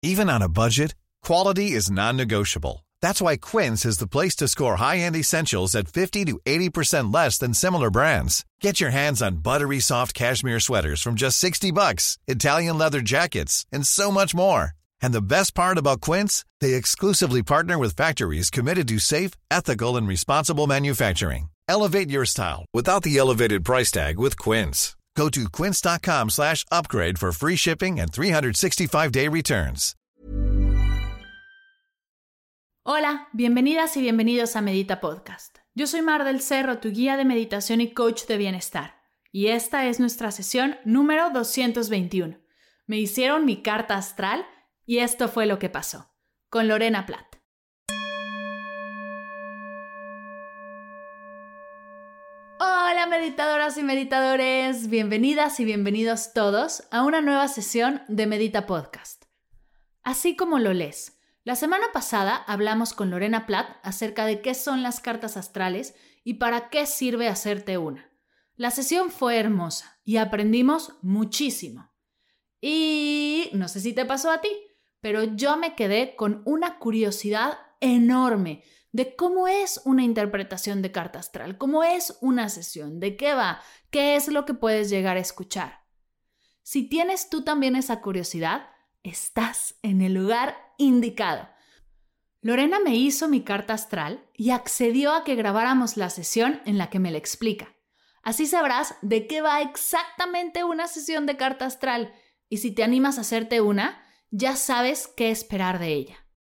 Even on a budget, quality is non-negotiable. That's why Quince is the place to score high-end essentials at 50 to 80% less than similar brands. Get your hands on buttery soft cashmere sweaters from just $60, Italian leather jackets, and so much more. And the best part about Quince, they exclusively partner with factories committed to safe, ethical, and responsible manufacturing. Elevate your style without the elevated price tag with Quince. Go to quince.com/upgrade for free shipping and 365-day returns. Hola, bienvenidas y bienvenidos a Medita Podcast. Yo soy Mar del Cerro, tu guía de meditación y coach de bienestar. Y esta es nuestra sesión número 221. Me hicieron mi carta astral y esto fue lo que pasó. Con Lorena Platt. Hola meditadoras y meditadores, bienvenidas y bienvenidos todos a una nueva sesión de Medita Podcast. Así como lo lees, la semana pasada hablamos con Lorena Platt acerca de qué son las cartas astrales y para qué sirve hacerte una. La sesión fue hermosa y aprendimos muchísimo. Y no sé si te pasó a ti, pero yo me quedé con una curiosidad enorme de cómo es una interpretación de carta astral, cómo es una sesión, de qué va, qué es lo que puedes llegar a escuchar. Si tienes tú también esa curiosidad, estás en el lugar indicado. Lorena me hizo mi carta astral y accedió a que grabáramos la sesión en la que me la explica. Así sabrás de qué va exactamente una sesión de carta astral y si te animas a hacerte una, ya sabes qué esperar de ella.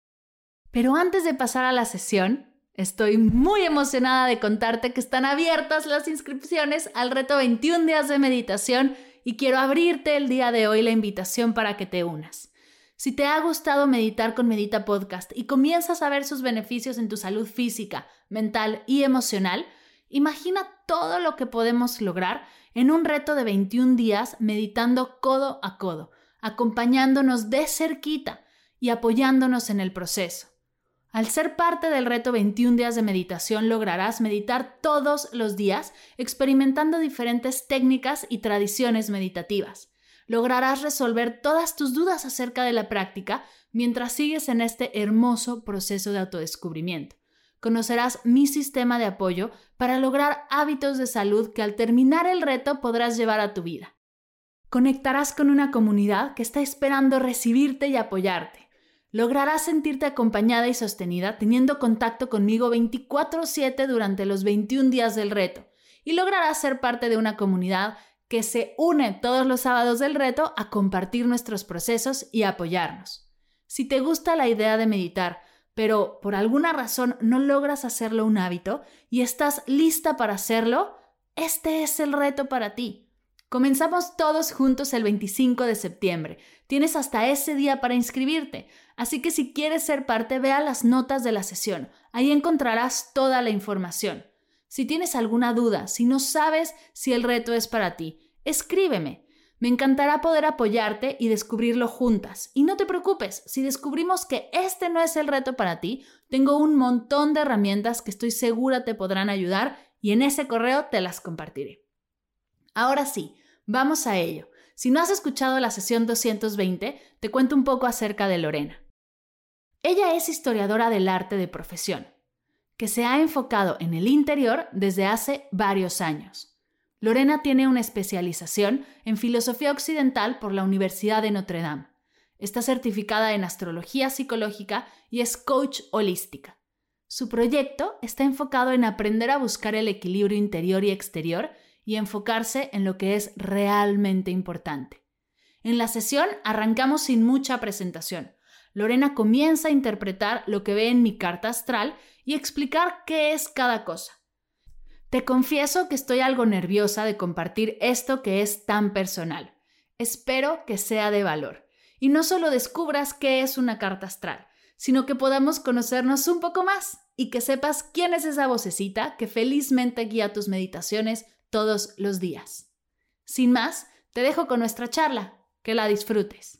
Pero antes de pasar a la sesión, estoy muy emocionada de contarte que están abiertas las inscripciones al reto 21 días de meditación y quiero abrirte el día de hoy la invitación para que te unas. Si te ha gustado meditar con Medita Podcast y comienzas a ver sus beneficios en tu salud física, mental y emocional, imagina todo lo que podemos lograr en un reto de 21 días meditando codo a codo, acompañándonos de cerquita y apoyándonos en el proceso. Al ser parte del reto 21 días de meditación, lograrás meditar todos los días, experimentando diferentes técnicas y tradiciones meditativas. Lograrás resolver todas tus dudas acerca de la práctica mientras sigues en este hermoso proceso de autodescubrimiento. Conocerás mi sistema de apoyo para lograr hábitos de salud que al terminar el reto podrás llevar a tu vida. Conectarás con una comunidad que está esperando recibirte y apoyarte. Lograrás sentirte acompañada y sostenida teniendo contacto conmigo 24/7 durante los 21 días del reto y lograrás ser parte de una comunidad que se une todos los sábados del reto a compartir nuestros procesos y apoyarnos. Si te gusta la idea de meditar, pero por alguna razón no logras hacerlo un hábito y estás lista para hacerlo, este es el reto para ti. Comenzamos todos juntos el 25 de septiembre. Tienes hasta ese día para inscribirte, así que si quieres ser parte, ve a las notas de la sesión. Ahí encontrarás toda la información. Si tienes alguna duda, si no sabes si el reto es para ti, escríbeme. Me encantará poder apoyarte y descubrirlo juntas. Y no te preocupes, si descubrimos que este no es el reto para ti, tengo un montón de herramientas que estoy segura te podrán ayudar y en ese correo te las compartiré. Ahora sí, vamos a ello. Si no has escuchado la sesión 220, te cuento un poco acerca de Lorena. Ella es historiadora del arte de profesión, que se ha enfocado en el interior desde hace varios años. Lorena tiene una especialización en filosofía occidental por la Universidad de Notre Dame. Está certificada en astrología psicológica y es coach holística. Su proyecto está enfocado en aprender a buscar el equilibrio interior y exterior y enfocarse en lo que es realmente importante. En la sesión arrancamos sin mucha presentación. Lorena comienza a interpretar lo que ve en mi carta astral y explicar qué es cada cosa. Te confieso que estoy algo nerviosa de compartir esto que es tan personal. Espero que sea de valor. Y no solo descubras qué es una carta astral, sino que podamos conocernos un poco más y que sepas quién es esa vocecita que felizmente guía tus meditaciones todos los días. Sin más, te dejo con nuestra charla. Que la disfrutes.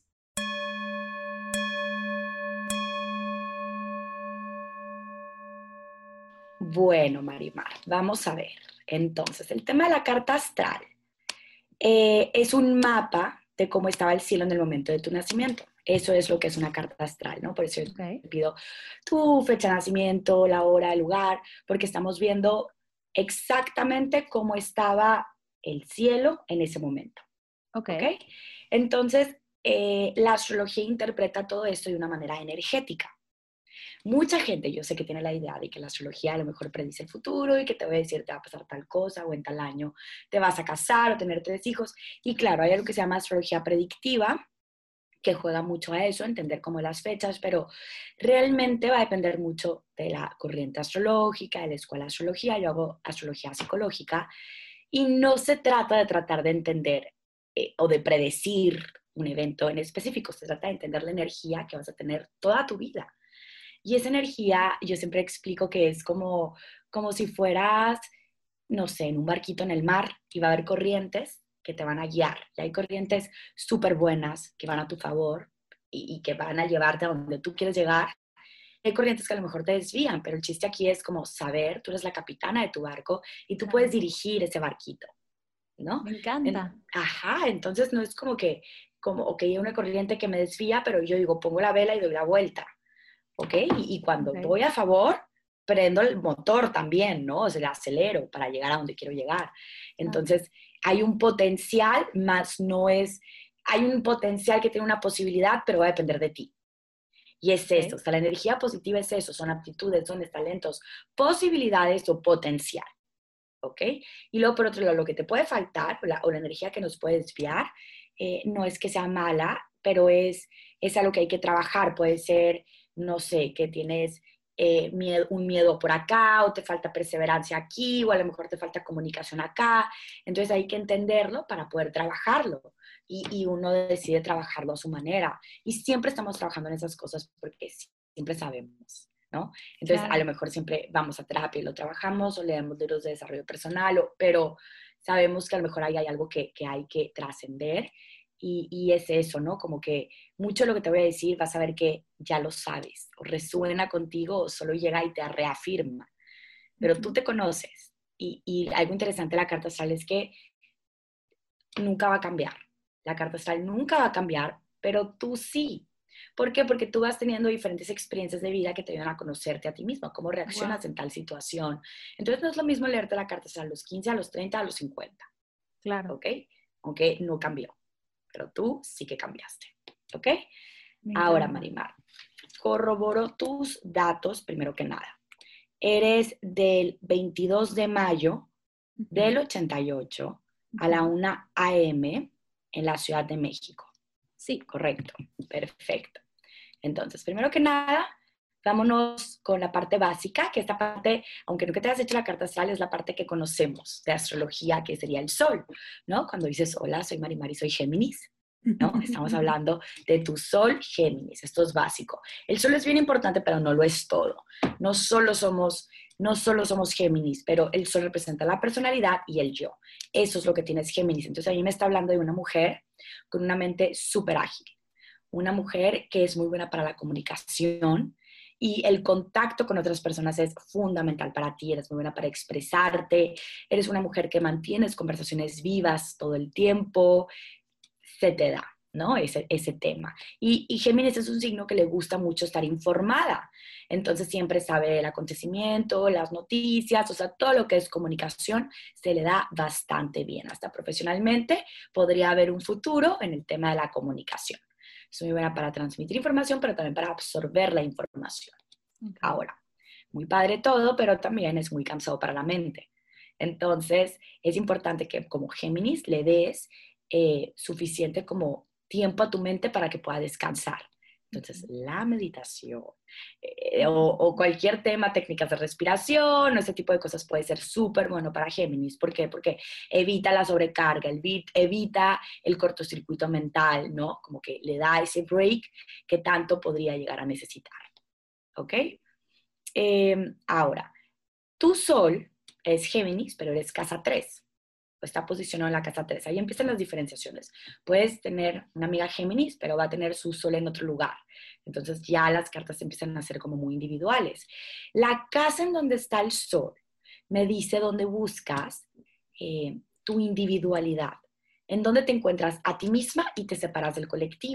Bueno, Marimar, vamos a ver. Entonces, el tema de la carta astral es un mapa de cómo estaba el cielo en el momento de tu nacimiento. Eso es lo que es una carta astral, ¿no? Por eso yo Ok. te pido tu fecha de nacimiento, la hora, el lugar, porque estamos viendo exactamente cómo estaba el cielo en ese momento, Ok. ¿ok? Entonces, la astrología interpreta todo esto de una manera energética. Mucha gente, yo sé que tiene la idea de que la astrología a lo mejor predice el futuro y que te va a decir te va a pasar tal cosa o en tal año te vas a casar o tener 3 hijos. Y claro, hay algo que se llama astrología predictiva, que juega mucho a eso, entender cómo las fechas, pero realmente va a depender mucho de la corriente astrológica, de la escuela de astrología. Yo hago astrología psicológica y no se trata de tratar de entender o de predecir un evento en específico, se trata de entender la energía que vas a tener toda tu vida. Y esa energía, yo siempre explico que es como si fueras, no sé, en un barquito en el mar y va a haber corrientes que te van a guiar. Y hay corrientes súper buenas que van a tu favor y que van a llevarte a donde tú quieres llegar. Hay corrientes que a lo mejor te desvían, pero el chiste aquí es como saber, tú eres la capitana de tu barco y tú puedes Claro. dirigir ese barquito, ¿no? Me encanta. Ajá, entonces no es ok, hay una corriente que me desvía, pero yo digo, pongo la vela y doy la vuelta. ¿Ok? Y cuando Ok. voy a favor, prendo el motor también, ¿no? O sea, acelero para llegar a donde quiero llegar. Claro. Entonces, hay un potencial, más no es, hay un potencial que tiene una posibilidad, pero va a depender de ti. Y es eso, Ok. o sea, la energía positiva es eso, son aptitudes, son talentos, posibilidades o potencial, ¿ok? Y luego, por otro lado, lo que te puede faltar, o la energía que nos puede desviar, no es que sea mala, pero es algo que hay que trabajar. Puede ser, no sé, que tienes un miedo por acá, o te falta perseverancia aquí, o a lo mejor te falta comunicación acá. Entonces hay que entenderlo para poder trabajarlo. Y uno decide trabajarlo a su manera. Y siempre estamos trabajando en esas cosas porque siempre sabemos, ¿no? Entonces, a lo Claro. mejor siempre vamos a terapia y lo trabajamos o leemos libros de desarrollo personal, pero sabemos que a lo mejor ahí hay algo que hay que trascender y es eso, ¿no? Como que mucho de lo que te voy a decir vas a ver que ya lo sabes, o resuena contigo o solo llega y te reafirma, pero tú Ujú. te conoces y algo interesante de la carta astral es que nunca va a cambiar. La carta astral nunca va a cambiar, pero tú sí. ¿Por qué? Porque tú vas teniendo diferentes experiencias de vida que te ayudan a conocerte a ti mismo, cómo reaccionas Wow. en tal situación. Entonces no es lo mismo leerte la carta astral a los 15, a los 30, a los 50, Claro. ¿ok? Aunque no cambió, pero tú sí que cambiaste, ¿ok? Me Ahora, encanta. Marimar, corroboro tus datos primero que nada. Eres del 22 de mayo del Ujú. 88 a la Ujú. 1 a.m. en la Ciudad de México. Sí. Correcto, perfecto. Entonces, primero que nada, vámonos con la parte básica, que esta parte, aunque nunca te hayas hecho la carta astral, es la parte que conocemos de astrología, que sería el sol, ¿no? Cuando dices, hola, soy Marimar y soy Géminis, ¿no? Estamos hablando de tu sol Géminis, esto es básico. El sol es bien importante, pero no lo es todo. No solo somos, no solo somos Géminis, pero el sol representa la personalidad y el yo. Eso es lo que tienes Géminis. Entonces, a mí me está hablando de una mujer con una mente súper ágil, una mujer que es muy buena para la comunicación y el contacto con otras personas es fundamental para ti. Eres muy buena para expresarte, eres una mujer que mantienes conversaciones vivas todo el tiempo, se te da, ¿no? Ese tema. Y Géminis es un signo que le gusta mucho estar informada, entonces siempre sabe el acontecimiento, las noticias, o sea, todo lo que es comunicación se le da bastante bien. Hasta profesionalmente podría haber un futuro en el tema de la comunicación. Es muy buena para transmitir información, pero también para absorber la información. Ok. Ahora, muy padre todo, pero también es muy cansado para la mente. Entonces, es importante que como Géminis le des suficiente como tiempo a tu mente para que pueda descansar. Entonces, Ujú. la meditación Ujú. o cualquier tema, técnicas de respiración, o ese tipo de cosas puede ser súper bueno para Géminis. ¿Por qué? Porque evita la sobrecarga, evita el cortocircuito mental, ¿no? Como que le da ese break que tanto podría llegar a necesitar. ¿Ok? Ahora, tu sol es Géminis, pero eres casa 3. Está posicionado en la casa 3. Ahí empiezan las diferenciaciones. Puedes tener una amiga Géminis, pero va a tener su sol en otro lugar. Entonces ya las cartas empiezan a ser como muy individuales. La casa en donde está el sol me dice dónde buscas tu individualidad, en dónde te encuentras a ti misma y te separas del colectivo.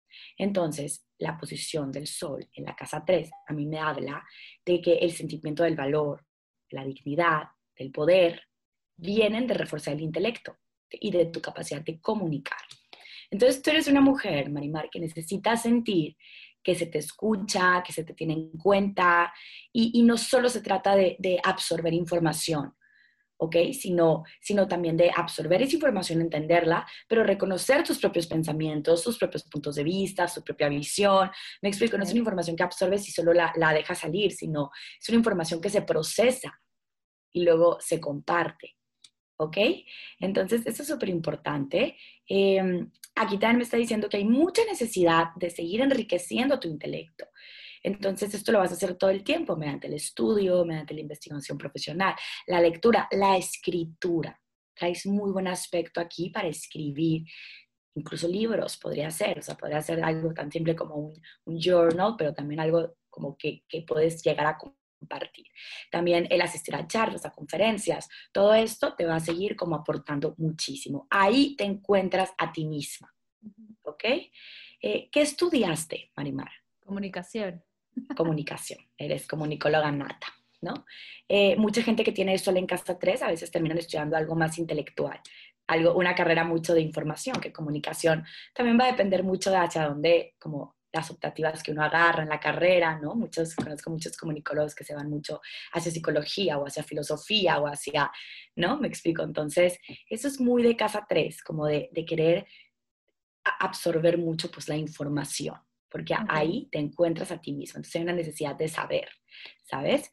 Entonces, la posición del sol en la casa 3 a mí me habla de que el sentimiento del valor, la dignidad, del poder, vienen de reforzar el intelecto y de tu capacidad de comunicar. Entonces, tú eres una mujer, Marimar, que necesita sentir que se te escucha, que se te tiene en cuenta, y no solo se trata de absorber información, ¿ok? Sino también de absorber esa información, entenderla, pero reconocer tus propios pensamientos, tus propios puntos de vista, tu propia visión. Me explico, no es una información que absorbes y solo la dejas salir, sino es una información que se procesa y luego se comparte. ¿Ok? Entonces, esto es súper importante. Aquí también me está diciendo que hay mucha necesidad de seguir enriqueciendo tu intelecto. Entonces, esto lo vas a hacer todo el tiempo, mediante el estudio, mediante la investigación profesional, la lectura, la escritura. Traes muy buen aspecto aquí para escribir. Incluso libros podría ser, o sea, podría ser algo tan simple como un journal, pero también algo como que puedes llegar a compartir. También el asistir a charlas, a conferencias, todo esto te va a seguir como aportando muchísimo. Ahí te encuentras a ti misma, ¿ok? ¿Qué estudiaste, Marimar? Comunicación. Comunicación, eres comunicóloga nata, ¿no? Mucha gente que tiene Sol en casa 3 a veces terminan estudiando algo más intelectual, una carrera mucho de información, que comunicación también va a depender mucho de hacia dónde, como las optativas que uno agarra en la carrera, ¿no? Conozco muchos comunicólogos que se van mucho hacia psicología o hacia filosofía o hacia, ¿no? Me explico. Entonces, eso es muy de casa 3, como de querer absorber mucho pues la información, porque ahí te encuentras a ti mismo. Entonces hay una necesidad de saber, ¿sabes?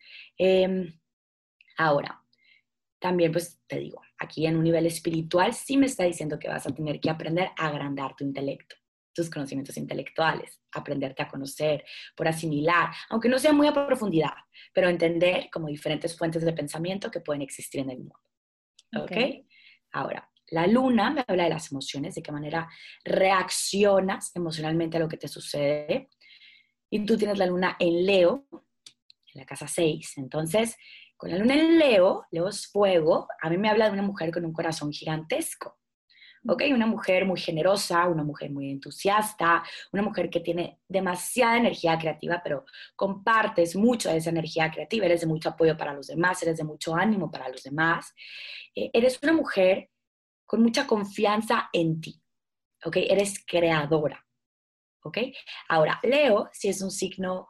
Ahora, también pues te digo, aquí en un nivel espiritual sí me está diciendo que vas a tener que aprender a agrandar tu intelecto, tus conocimientos intelectuales, aprenderte a conocer, por asimilar, aunque no sea muy a profundidad, pero entender como diferentes fuentes de pensamiento que pueden existir en el mundo. ¿Ok? Ahora, la luna me habla de las emociones, de qué manera reaccionas emocionalmente a lo que te sucede. Y tú tienes la luna en Leo, en la casa 6. Entonces, con la luna en Leo, Leo es fuego, a mí me habla de una mujer con un corazón gigantesco. ¿Ok? Una mujer muy generosa, una mujer muy entusiasta, una mujer que tiene demasiada energía creativa, pero compartes mucho de esa energía creativa, eres de mucho apoyo para los demás, eres de mucho ánimo para los demás. Eres una mujer con mucha confianza en ti, ¿ok? Eres creadora, ¿ok? Ahora, Leo, si es un signo,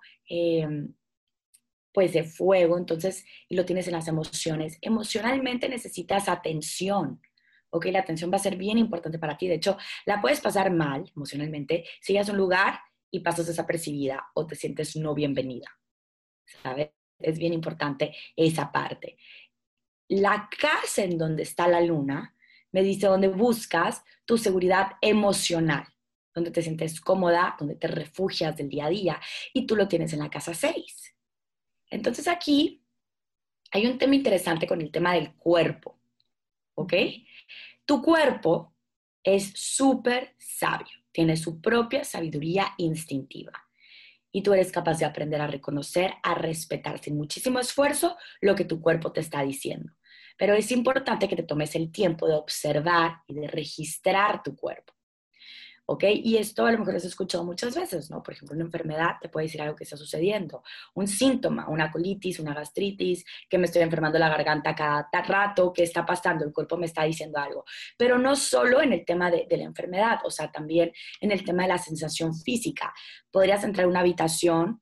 pues, de fuego, entonces, y lo tienes en las emociones, emocionalmente necesitas atención, ¿ok? La atención va a ser bien importante para ti. De hecho, la puedes pasar mal emocionalmente si llegas a un lugar y pasas desapercibida o te sientes no bienvenida, ¿sabes? Es bien importante esa parte. La casa en donde está la luna me dice donde buscas tu seguridad emocional, donde te sientes cómoda, donde te refugias del día a día, y tú lo tienes en la casa 6. Entonces aquí hay un tema interesante con el tema del cuerpo, ¿ok? Tu cuerpo es súper sabio, tiene su propia sabiduría instintiva. Y tú eres capaz de aprender a reconocer, a respetar sin muchísimo esfuerzo lo que tu cuerpo te está diciendo. Pero es importante que te tomes el tiempo de observar y de registrar tu cuerpo, ¿ok? Y esto a lo mejor lo has escuchado muchas veces, ¿no? Por ejemplo, una enfermedad te puede decir algo que está sucediendo, un síntoma, una colitis, una gastritis, que me estoy enfermando la garganta cada rato, ¿qué está pasando? El cuerpo me está diciendo algo. Pero no solo en el tema de la enfermedad, o sea, también en el tema de la sensación física. Podrías entrar a una habitación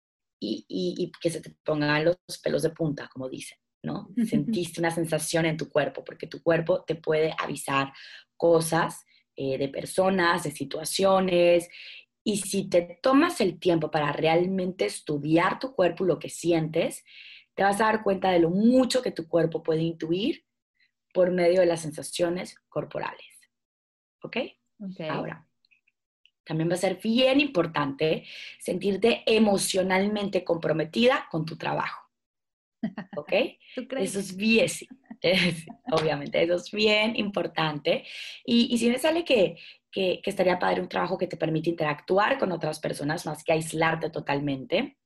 y que se te pongan los pelos de punta, como dicen, ¿no? Sentiste una sensación en tu cuerpo, porque tu cuerpo te puede avisar cosas de personas, de situaciones, y si te tomas el tiempo para realmente estudiar tu cuerpo y lo que sientes, te vas a dar cuenta de lo mucho que tu cuerpo puede intuir por medio de las sensaciones corporales. ¿Ok? Ahora, también va a ser bien importante sentirte emocionalmente comprometida con tu trabajo. ¿Ok? ¿Tú crees? Eso es bien, sí, obviamente, eso es bien importante. Y si me sale que estaría padre un trabajo que te permite interactuar con otras personas más que aislarte totalmente.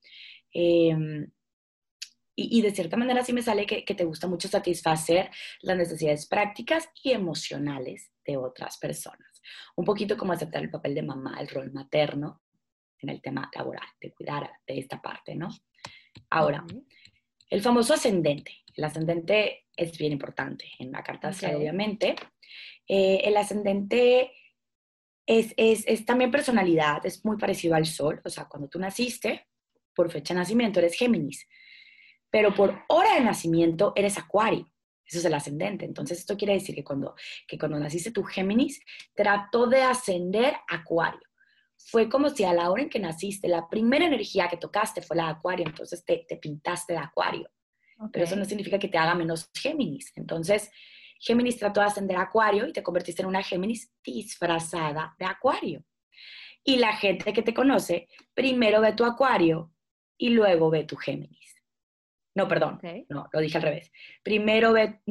Y de cierta manera sí me sale que te gusta mucho satisfacer las necesidades prácticas y emocionales de otras personas. Un poquito como aceptar el papel de mamá, el rol materno en el tema laboral, de cuidar de esta parte, ¿no? Ahora, el famoso ascendente. El ascendente es bien importante en la carta astral, obviamente. El ascendente es también personalidad, es muy parecido al sol. O sea, cuando tú naciste, por fecha de nacimiento eres Géminis, pero por hora de nacimiento eres Acuario. Eso es el ascendente. Entonces, esto quiere decir que cuando naciste tú, Géminis, trató de ascender a Acuario. Fue como si a la hora en que naciste, la primera energía que tocaste fue la de Acuario, entonces te pintaste de Acuario. Pero eso no significa que te haga menos Géminis. Entonces, Géminis trató de ascender a Acuario y te convertiste en una Géminis disfrazada de Acuario. Y la gente que te conoce, primero ve tu Acuario y luego ve tu Géminis. No, perdón, no, lo dije al revés. Primero ve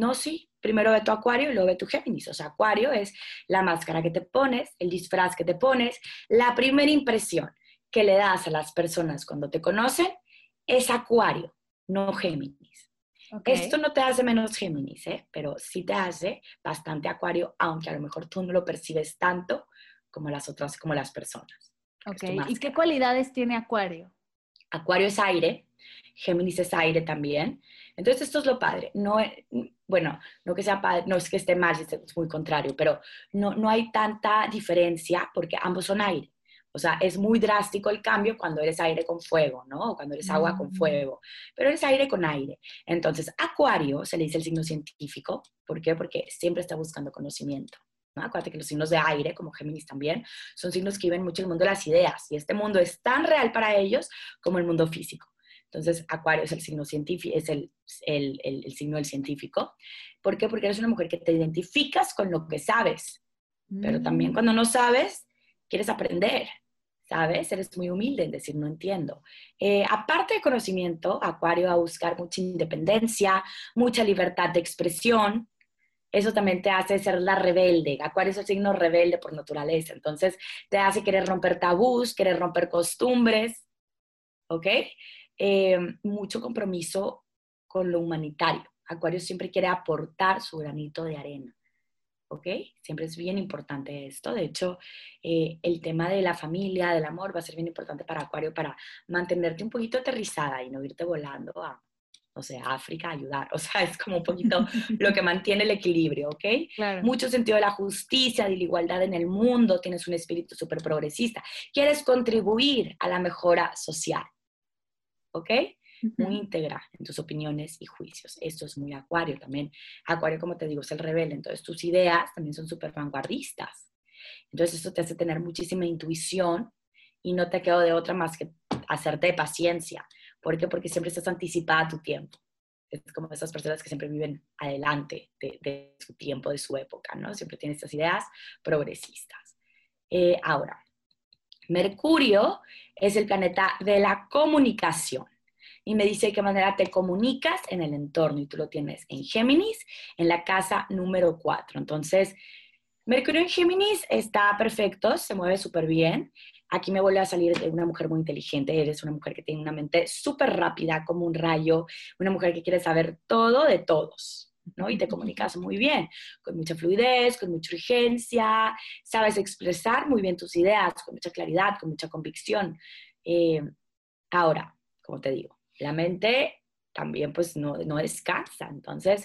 tu Acuario y luego ve tu Géminis. O sea, Acuario es la máscara que te pones, el disfraz que te pones, la primera impresión que le das a las personas cuando te conocen es Acuario, no Géminis. Esto no te hace menos Géminis, pero sí te hace bastante Acuario, aunque a lo mejor tú no lo percibes tanto como las otras, como las personas. ¿Y qué cualidades tiene Acuario? Acuario es aire, Géminis es aire también. Entonces esto es lo padre. Bueno, no que sea padre, no es que esté mal, es muy contrario, pero no hay tanta diferencia porque ambos son aire. O sea, es muy drástico el cambio cuando eres aire con fuego, ¿no? O cuando eres agua con fuego, pero eres aire con aire. Entonces, Acuario se le dice el signo científico. ¿Por qué? Porque siempre está buscando conocimiento, ¿no? Acuérdate que los signos de aire, como Géminis también, son signos que viven mucho en el mundo de las ideas. Y este mundo es tan real para ellos como el mundo físico. Entonces, Acuario es el signo científico, es el signo del científico. ¿Por qué? Porque eres una mujer que te identificas con lo que sabes. Pero también cuando no sabes, quieres aprender, ¿sabes? Eres muy humilde en decir no entiendo. Aparte de conocimiento, Acuario va a buscar mucha independencia, mucha libertad de expresión. Eso también te hace ser la rebelde. Acuario es el signo rebelde por naturaleza. Entonces, te hace querer romper tabús, querer romper costumbres, ¿ok? Mucho compromiso con lo humanitario. Acuario siempre quiere aportar su granito de arena. ¿Ok? Siempre es bien importante esto. De hecho, el tema de la familia, del amor, va a ser bien importante para Acuario para mantenerte un poquito aterrizada y no irte volando a, no sé, a África a ayudar. O sea, es como un poquito lo que mantiene el equilibrio, ¿ok? Claro. Mucho sentido de la justicia, de la igualdad en el mundo, tienes un espíritu súper progresista. Quieres contribuir a la mejora social, ¿ok? Muy íntegra en tus opiniones y juicios. Esto es muy Acuario también. Acuario, como te digo, es el rebelde. Entonces, tus ideas también son súper vanguardistas. Entonces, esto te hace tener muchísima intuición y no te quedo de otra más que hacerte de paciencia. ¿Por qué? Porque siempre estás anticipada a tu tiempo. Es como esas personas que siempre viven adelante de su tiempo, de su época, ¿no? Siempre tienen estas ideas progresistas. Ahora, Mercurio es el planeta de la comunicación. Y me dice de qué manera te comunicas en el entorno. Y tú lo tienes en Géminis, en la casa número 4. Entonces, Mercurio en Géminis está perfecto, se mueve súper bien. Aquí me vuelve a salir de una mujer muy inteligente. Eres una mujer que tiene una mente súper rápida, como un rayo. Una mujer que quiere saber todo de todos, ¿no? Y te comunicas muy bien, con mucha fluidez, con mucha urgencia. Sabes expresar muy bien tus ideas, con mucha claridad, con mucha convicción. Ahora, como te digo, la mente también pues no descansa. Entonces,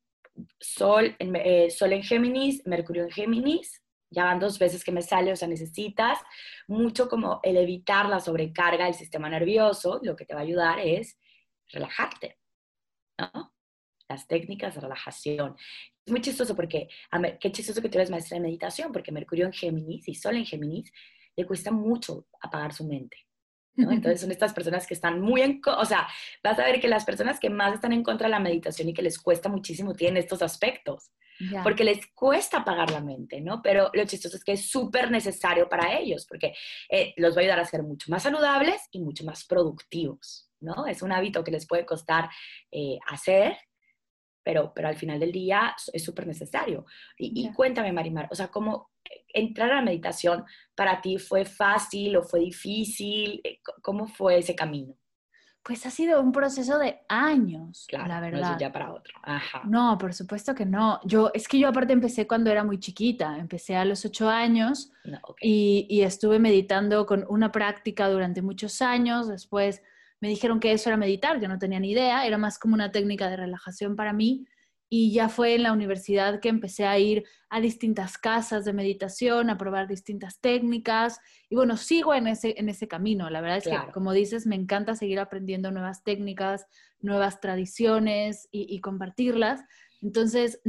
Sol en Géminis, Mercurio en Géminis, ya van 2 veces que me sale, o sea, necesitas mucho como el evitar la sobrecarga del sistema nervioso. Lo que te va a ayudar es relajarte, ¿no? Las técnicas de relajación. Es muy chistoso porque, qué chistoso que tú eres maestra de meditación, porque Mercurio en Géminis y Sol en Géminis le cuesta mucho apagar su mente, ¿no? Entonces son estas personas que están muy o sea, vas a ver que las personas que más están en contra de la meditación y que les cuesta muchísimo tienen estos aspectos, porque les cuesta apagar la mente, ¿no? Pero lo chistoso es que es súper necesario para ellos, porque los va a ayudar a ser mucho más saludables y mucho más productivos, ¿no? Es un hábito que les puede costar hacer, pero al final del día es súper necesario. Y cuéntame, Marimar, o sea, ¿cómo entrar a la meditación para ti fue fácil o fue difícil? ¿Cómo fue ese camino? Pues ha sido un proceso de años, Claro, la no es de un verdad. día para otro. Ajá. No, por supuesto que no. Es que yo aparte empecé cuando era muy chiquita, empecé a los 8 años No, ok. y estuve meditando con una práctica durante muchos años. Después me dijeron que eso era meditar, yo no tenía ni idea, era más como una técnica de relajación para mí. Y ya fue en la universidad que empecé a ir a distintas casas de meditación, a probar distintas técnicas. Y bueno, sigo en ese camino. La verdad es que, Claro. como dices, me encanta seguir aprendiendo nuevas técnicas, nuevas tradiciones y compartirlas. Entonces,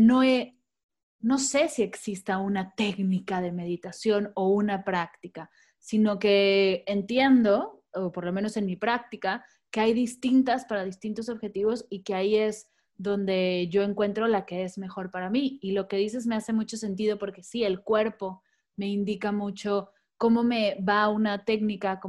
no sé si exista una técnica de meditación o una práctica, sino que entiendo, o por lo menos en mi práctica, que hay distintas para distintos objetivos y que ahí es donde yo encuentro la que es mejor para mí. Y lo que dices me hace mucho sentido porque sí, el cuerpo me indica mucho cómo me va una técnica,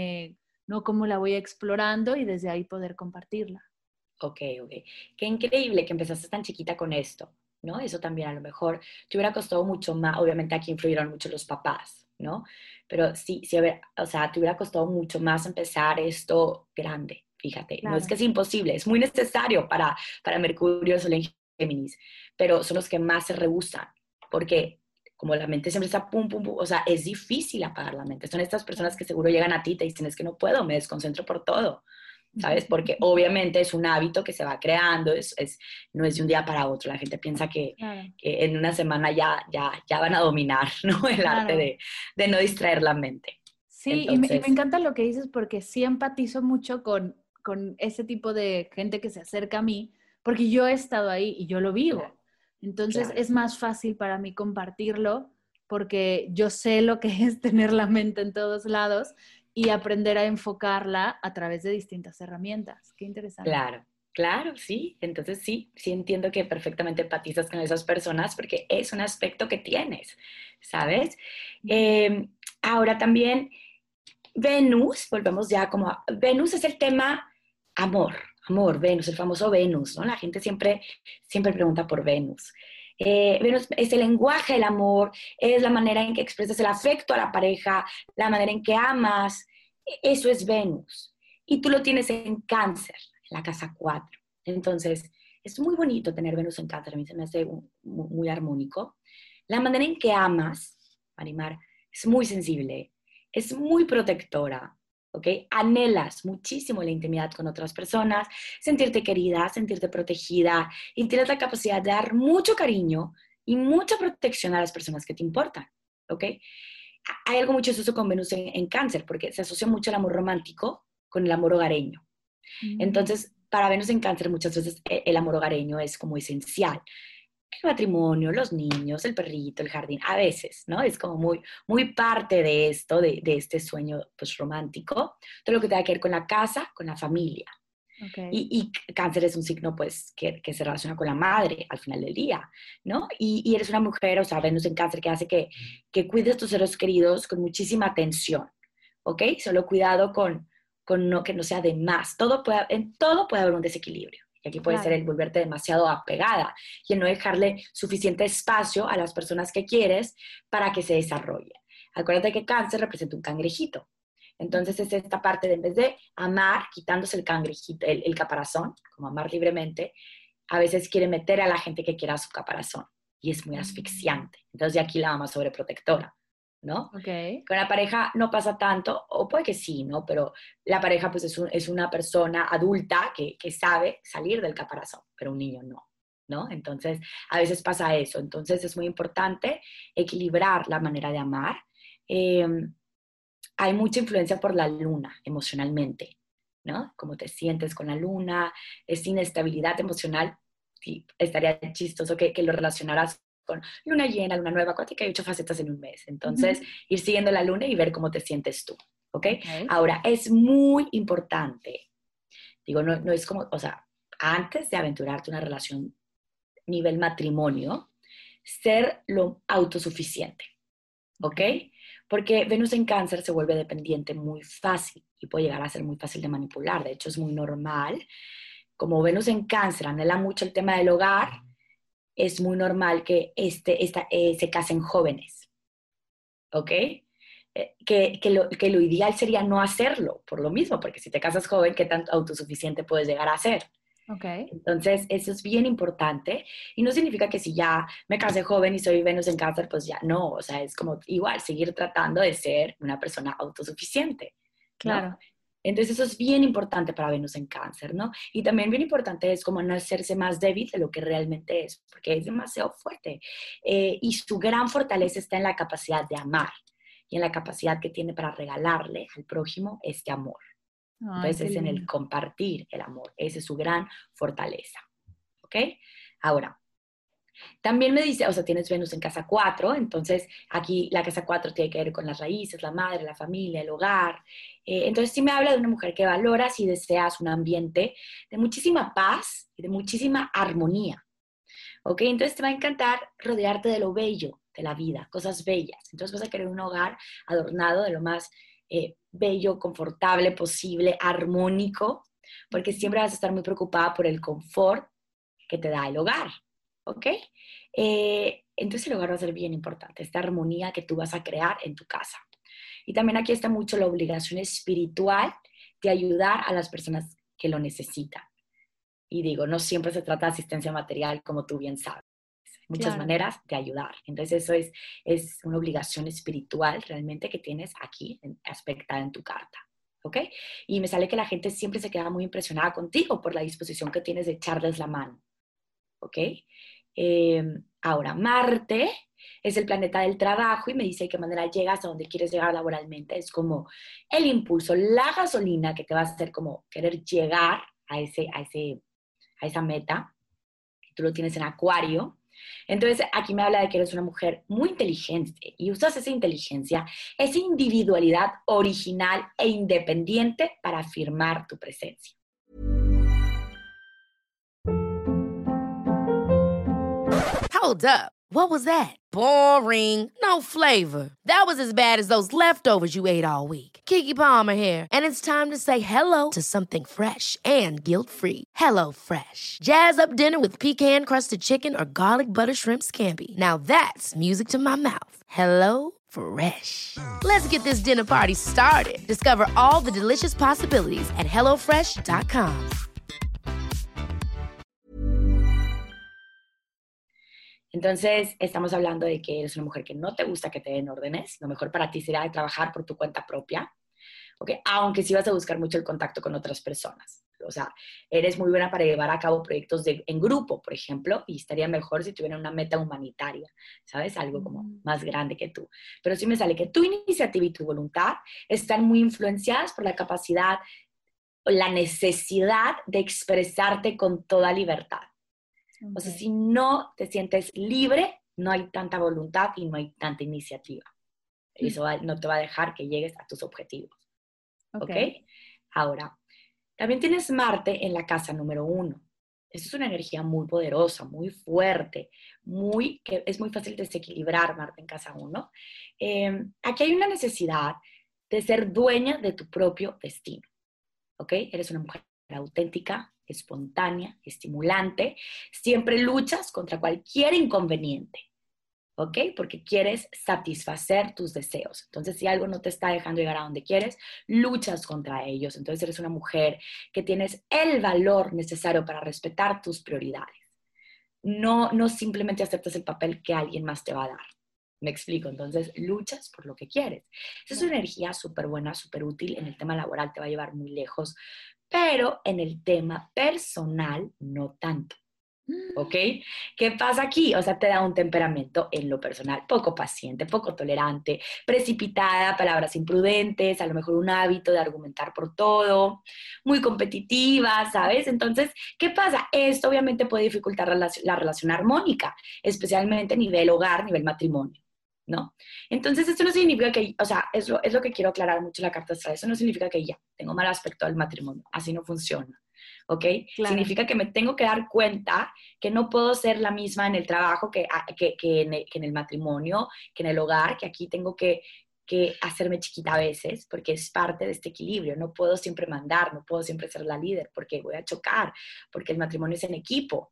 no cómo la voy explorando y desde ahí poder compartirla. Ok, ok. Qué increíble que empezaste tan chiquita con esto, ¿no? Eso también a lo mejor te hubiera costado mucho más, obviamente aquí influyeron mucho los papás, ¿no? Pero sí, sí, a ver, o sea, te hubiera costado mucho más empezar esto grande, fíjate. No es que Claro. es imposible, es muy necesario para Mercurio, Sol en Géminis, pero son los que más se rehusan, porque como la mente siempre está pum, pum, pum, o sea, es difícil apagar la mente. Son estas personas Claro. que seguro llegan a ti y te dicen, es que no puedo, me desconcentro por todo. ¿Sabes? Porque obviamente es un hábito que se va creando, no es de un día para otro. La gente piensa Claro, que en una semana ya van a dominar, ¿no? El arte claro. de no distraer la mente. Sí, y me Entonces, encanta lo que dices porque sí empatizo mucho con ese tipo de gente que se acerca a mí, porque yo he estado ahí y yo lo claro, vivo. Entonces claro, es más fácil para mí compartirlo porque yo sé lo que es tener la mente en todos lados y aprender a enfocarla a través de distintas herramientas. Qué interesante. claro, claro, sí. Entonces sí, sí entiendo que perfectamente empatizas con esas personas porque es un aspecto que tienes, ¿sabes? Ujú. Eh, ahora también Venus, volvemos ya como Venus es el tema amor, amor, Venus, el famoso Venus, ¿no? La gente siempre pregunta por Venus. Venus es el lenguaje del amor, es la manera en que expresas el afecto a la pareja, la manera en que amas, eso es Venus. Y tú lo tienes en Cáncer, en la casa 4. Entonces, es muy bonito tener Venus en Cáncer, a mí se me hace muy armónico. La manera en que amas, Marimar, es muy sensible, es muy protectora, ¿ok? Anhelas muchísimo la intimidad con otras personas, sentirte querida, sentirte protegida y tienes la capacidad de dar mucho cariño y mucha protección a las personas que te importan, ¿ok? Hay algo muy chistoso con Venus en Cáncer porque se asocia mucho el amor romántico con el amor hogareño. Mm, Entonces, para Venus en Cáncer muchas veces el amor hogareño es como esencial el matrimonio, los niños, el perrito, el jardín, a veces, ¿no? Es como muy parte de esto, de este sueño pues romántico, todo lo que tenga que ver con la casa, con la familia. ok, Y cáncer es un signo pues que se relaciona con la madre al final del día, ¿no? Y eres una mujer, o sea, Venus en cáncer que hace que cuides a tus seres queridos con muchísima atención, ¿ok? Solo cuidado con no, que no sea de más. En todo puede haber un desequilibrio. Y aquí puede ser claro. el volverte demasiado apegada y el no dejarle suficiente espacio a las personas que quieres para que se desarrollen. Acuérdate que cáncer representa un cangrejito. Entonces es esta parte de en vez de amar, quitándose el cangrejito, el caparazón, como amar libremente, a veces quiere meter a la gente que quiera su caparazón y es muy Mm, asfixiante. Entonces de aquí la mamá sobreprotectora, ¿no? ok, Con la pareja no pasa tanto, o puede que sí, ¿no? Pero la pareja pues es una persona adulta que sabe salir del caparazón, pero un niño no, ¿no? Entonces a veces pasa eso. Entonces es muy importante equilibrar la manera de amar. Eh, hay mucha influencia por la luna emocionalmente, ¿no? Cómo te sientes con la luna, es inestabilidad emocional. Sí, estaría chistoso que lo relacionaras con luna llena, luna nueva, acuérdate que hay 8 facetas en un mes. Entonces, ujú, ir siguiendo la luna y ver cómo te sientes tú, ¿ok? ok, Ahora, es muy importante, digo, no es como, o sea, antes de aventurarte una relación nivel matrimonio, ser lo autosuficiente. ¿Ok? ok. Porque Venus en cáncer se vuelve dependiente muy fácil y puede llegar a ser muy fácil de manipular. De hecho, es muy normal. Como Venus en cáncer anhela mucho el tema del hogar, es muy normal que se casen jóvenes. ¿Ok? que lo ideal sería no hacerlo, por lo mismo, porque si te casas joven, ¿qué tan autosuficiente puedes llegar a ser? Ok. Entonces, eso es bien importante y no significa que si ya me casé joven y soy Venus en Cáncer, pues ya no, o sea, es como igual seguir tratando de ser una persona autosuficiente, ¿no? Claro. Entonces, eso es bien importante para Venus en Cáncer, ¿no? Y también bien importante es como no hacerse más débil de lo que realmente es, porque es demasiado fuerte. Y su gran fortaleza está en la capacidad de amar y en la capacidad que tiene para regalarle al prójimo este amor. Ay, Entonces qué es en el lindo. compartir el amor. Esa es su gran fortaleza. ¿Ok? Ahora, también me dice, o sea, tienes Venus en casa 4, entonces aquí la casa 4 tiene que ver con las raíces, la madre, la familia, el hogar. Entonces sí me habla de una mujer que valoras y deseas un ambiente de muchísima paz y de muchísima armonía. ¿Ok? Entonces te va a encantar rodearte de lo bello de la vida, cosas bellas. Entonces vas a querer un hogar adornado de lo más bello, confortable posible, armónico, porque siempre vas a estar muy preocupada por el confort que te da el hogar. ¿Ok? Entonces el hogar va a ser bien importante, esta armonía que tú vas a crear en tu casa. Y también aquí está mucho la obligación espiritual de ayudar a las personas que lo necesitan. Y digo, no siempre se trata de asistencia material, como tú bien sabes. Hay muchas Claro. maneras de ayudar. Entonces eso es una obligación espiritual realmente que tienes aquí aspectada en tu carta. ¿Ok? Y me sale que la gente siempre se queda muy impresionada contigo por la disposición que tienes de echarles la mano. ¿Ok? Ahora, Marte es el planeta del trabajo y me dice de qué manera llegas a donde quieres llegar laboralmente. Es como el impulso, la gasolina que te va a hacer como querer llegar a esa meta. Tú lo tienes en Acuario. Entonces, aquí me habla de que eres una mujer muy inteligente y usas esa inteligencia, esa individualidad original e independiente para afirmar tu presencia. Hold up. What was that? Boring. No flavor. That was as bad as those leftovers you ate all week. Keke Palmer here, and it's time to say hello to something fresh and guilt-free. Hello Fresh. Jazz up dinner with pecan-crusted chicken or garlic butter shrimp scampi. Now that's music to my mouth. Hello Fresh. Let's get this dinner party started. Discover all the delicious possibilities at hellofresh.com. Entonces, estamos hablando de que eres una mujer que no te gusta que te den órdenes. Lo mejor para ti será de trabajar por tu cuenta propia, ¿ok? Aunque sí vas a buscar mucho el contacto con otras personas. O sea, eres muy buena para llevar a cabo proyectos en grupo, por ejemplo, y estaría mejor si tuvieran una meta humanitaria, ¿sabes? Algo como más grande que tú. Pero sí me sale que tu iniciativa y tu voluntad están muy influenciadas por la capacidad o la necesidad de expresarte con toda libertad. O sea, si no te sientes libre, no hay tanta voluntad y no hay tanta iniciativa. Eso no te va a dejar que llegues a tus objetivos. ¿Ok? Ahora, también tienes Marte en la casa número 1. Esa es una energía muy poderosa, muy fuerte, que es muy fácil desequilibrar Marte en casa 1. Aquí hay una necesidad de ser dueña de tu propio destino. ¿Ok? Eres una mujer auténtica, espontánea, estimulante. Siempre luchas contra cualquier inconveniente. ¿Ok? Porque quieres satisfacer tus deseos. Entonces, si algo no te está dejando llegar a donde quieres, luchas contra ellos. Entonces, eres una mujer que tienes el valor necesario para respetar tus prioridades. No simplemente aceptas el papel que alguien más te va a dar. Me explico. Entonces, luchas por lo que quieres. Esa es una energía súper buena, súper útil. En el tema laboral te va a llevar muy lejos, pero en el tema personal no tanto. ¿Ok? ¿Qué pasa aquí? O sea, te da un temperamento en lo personal poco paciente, poco tolerante, precipitada, palabras imprudentes, a lo mejor un hábito de argumentar por todo, muy competitiva, ¿sabes? Entonces, ¿qué pasa? Esto obviamente puede dificultar la relación armónica, especialmente a nivel hogar, nivel matrimonio, ¿no? Entonces, esto no significa que, o sea, es lo que quiero aclarar mucho en la carta astral, eso no significa que ya tengo mal aspecto al matrimonio, así no funciona. ¿Ok? Claro. Significa que me tengo que dar cuenta que no puedo ser la misma en el trabajo que en el matrimonio, que en el hogar, que aquí tengo que hacerme chiquita a veces, porque es parte de este equilibrio. No puedo siempre mandar, no puedo siempre ser la líder, porque voy a chocar, porque el matrimonio es en equipo.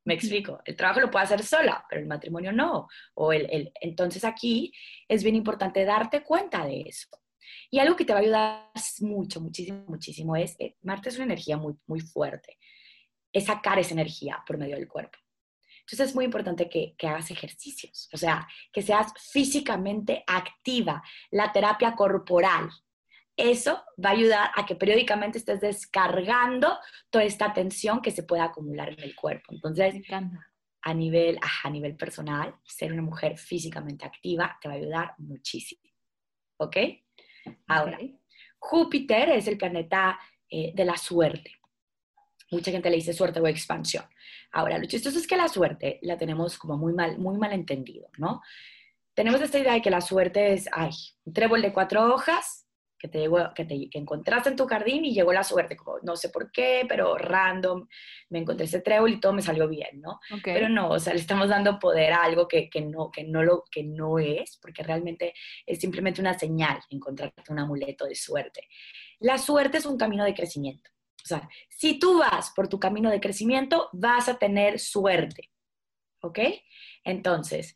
Me explico, el trabajo lo puedo hacer sola, pero el matrimonio no. Entonces aquí es bien importante darte cuenta de eso. Y algo que te va a ayudar mucho, muchísimo, muchísimo es, Marte es una energía muy, muy fuerte, es sacar esa energía por medio del cuerpo. Entonces es muy importante que hagas ejercicios, o sea, que seas físicamente activa, la terapia corporal. Eso va a ayudar a que periódicamente estés descargando toda esta tensión que se pueda acumular en el cuerpo. Entonces, Me encanta. a nivel personal, ser una mujer físicamente activa te va a ayudar muchísimo. ¿Ok? Ahora, Júpiter es el planeta de la suerte. Mucha gente le dice suerte o expansión. Ahora, lo chistoso es que la suerte la tenemos como muy mal entendido, ¿no? Tenemos esta idea de que la suerte es, un trébol de 4 hojas que encontraste en tu jardín y llegó la suerte, como no sé por qué, pero random, me encontré ese trébol y todo me salió bien, ¿no? Okay. Pero no, o sea, le estamos dando poder a algo que no es, porque realmente es simplemente una señal, encontrarte un amuleto de suerte. La suerte es un camino de crecimiento. O sea, si tú vas por tu camino de crecimiento, vas a tener suerte, ¿ok? Entonces,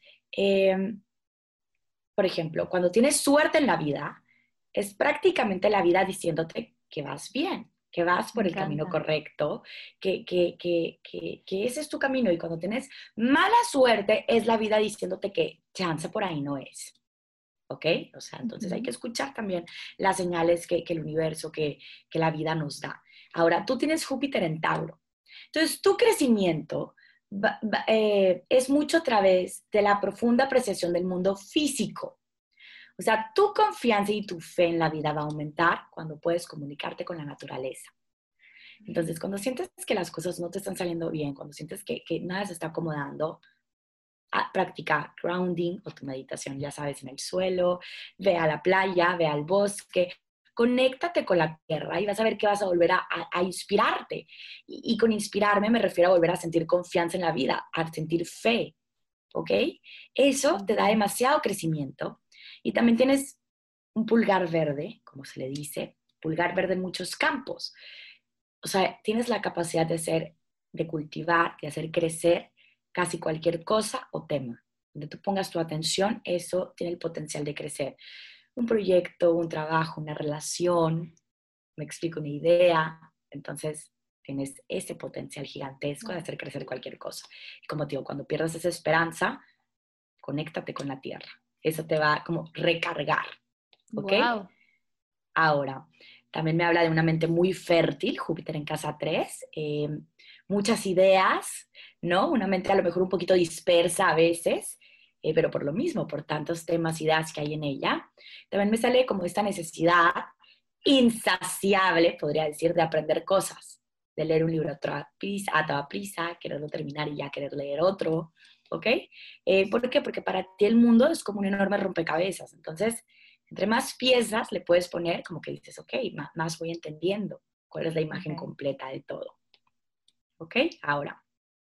por ejemplo, cuando tienes suerte en la vida, es prácticamente la vida diciéndote que vas bien, que vas por el camino correcto, que ese es tu camino. Y cuando tienes mala suerte, es la vida diciéndote que chance por ahí no es. ¿Ok? O sea, entonces hay que escuchar también las señales que el universo, que la vida nos da. Ahora, tú tienes Júpiter en Tauro. Entonces, tu crecimiento es mucho a través de la profunda apreciación del mundo físico. O sea, tu confianza y tu fe en la vida va a aumentar cuando puedes comunicarte con la naturaleza. Entonces, cuando sientes que las cosas no te están saliendo bien, cuando sientes que nada se está acomodando, practica grounding o tu meditación, ya sabes, en el suelo, ve a la playa, ve al bosque, conéctate con la tierra y vas a ver que vas a volver a inspirarte. Y con inspirarme me refiero a volver a sentir confianza en la vida, a sentir fe, ¿ok? Eso te da demasiado crecimiento. Y también tienes un pulgar verde, como se le dice, pulgar verde en muchos campos. O sea, tienes la capacidad de cultivar, de hacer crecer casi cualquier cosa o tema. Donde tú pongas tu atención, eso tiene el potencial de crecer. Un proyecto, un trabajo, una relación, me explico, una idea. Entonces, tienes ese potencial gigantesco de hacer crecer cualquier cosa. Y como te digo, cuando pierdas esa esperanza, conéctate con la tierra. Eso te va como recargar, ¿ok? Wow. Ahora, también me habla de una mente muy fértil, Júpiter en casa 3, muchas ideas, ¿no? Una mente a lo mejor un poquito dispersa a veces, pero por lo mismo, por tantos temas, ideas que hay en ella. También me sale como esta necesidad insaciable, podría decir, de aprender cosas, de leer un libro a toda prisa, quererlo terminar y ya querer leer otro, ¿ok? ¿Por qué? Porque para ti el mundo es como un enorme rompecabezas. Entonces, entre más piezas le puedes poner, como que dices, ok, más voy entendiendo cuál es la imagen completa de todo. ¿Ok? Ahora,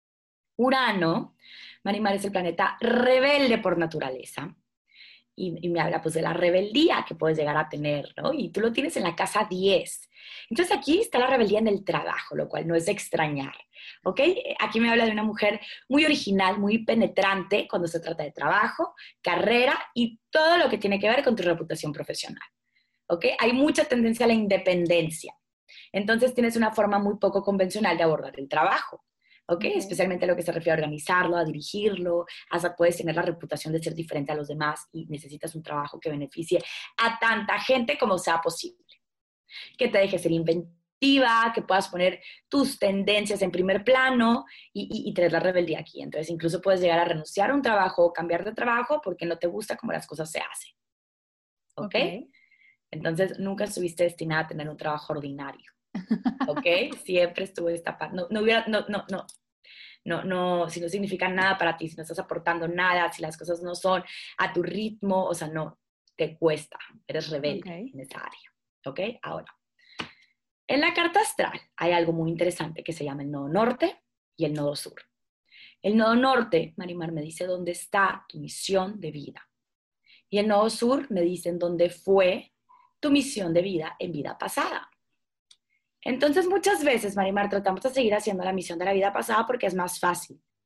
Urano, Marimar, es el planeta rebelde por naturaleza. Y me habla pues de la rebeldía que puedes llegar a tener, ¿no? Y tú lo tienes en la casa 10. Entonces aquí está la rebeldía en el trabajo, lo cual no es de extrañar, ¿ok? Aquí me habla de una mujer muy original, muy penetrante cuando se trata de trabajo, carrera y todo lo que tiene que ver con tu reputación profesional, ¿ok? Hay mucha tendencia a la independencia. Entonces tienes una forma muy poco convencional de abordar el trabajo. ¿Ok? Especialmente lo que se refiere a organizarlo, a dirigirlo, hasta puedes tener la reputación de ser diferente a los demás y necesitas un trabajo que beneficie a tanta gente como sea posible. Que te deje ser inventiva, que puedas poner tus tendencias en primer plano y tener la rebeldía aquí. Entonces incluso puedes llegar a renunciar a un trabajo o cambiar de trabajo porque no te gusta cómo las cosas se hacen. ¿Ok? Entonces nunca estuviste destinada a tener un trabajo ordinario. ¿Ok? Siempre estuvo esta parte. Si no significa nada para ti, si no estás aportando nada, si las cosas no son a tu ritmo, o sea, no, te cuesta, eres rebelde en esa área. ¿Ok? Ahora, en la carta astral hay algo muy interesante que se llama el nodo norte y el nodo sur. El nodo norte, Marimar, me dice dónde está tu misión de vida. Y el nodo sur me dice en dónde fue tu misión de vida en vida pasada. Entonces, muchas veces, Marimar, tratamos de seguir haciendo la misión de la vida pasada porque es más fácil.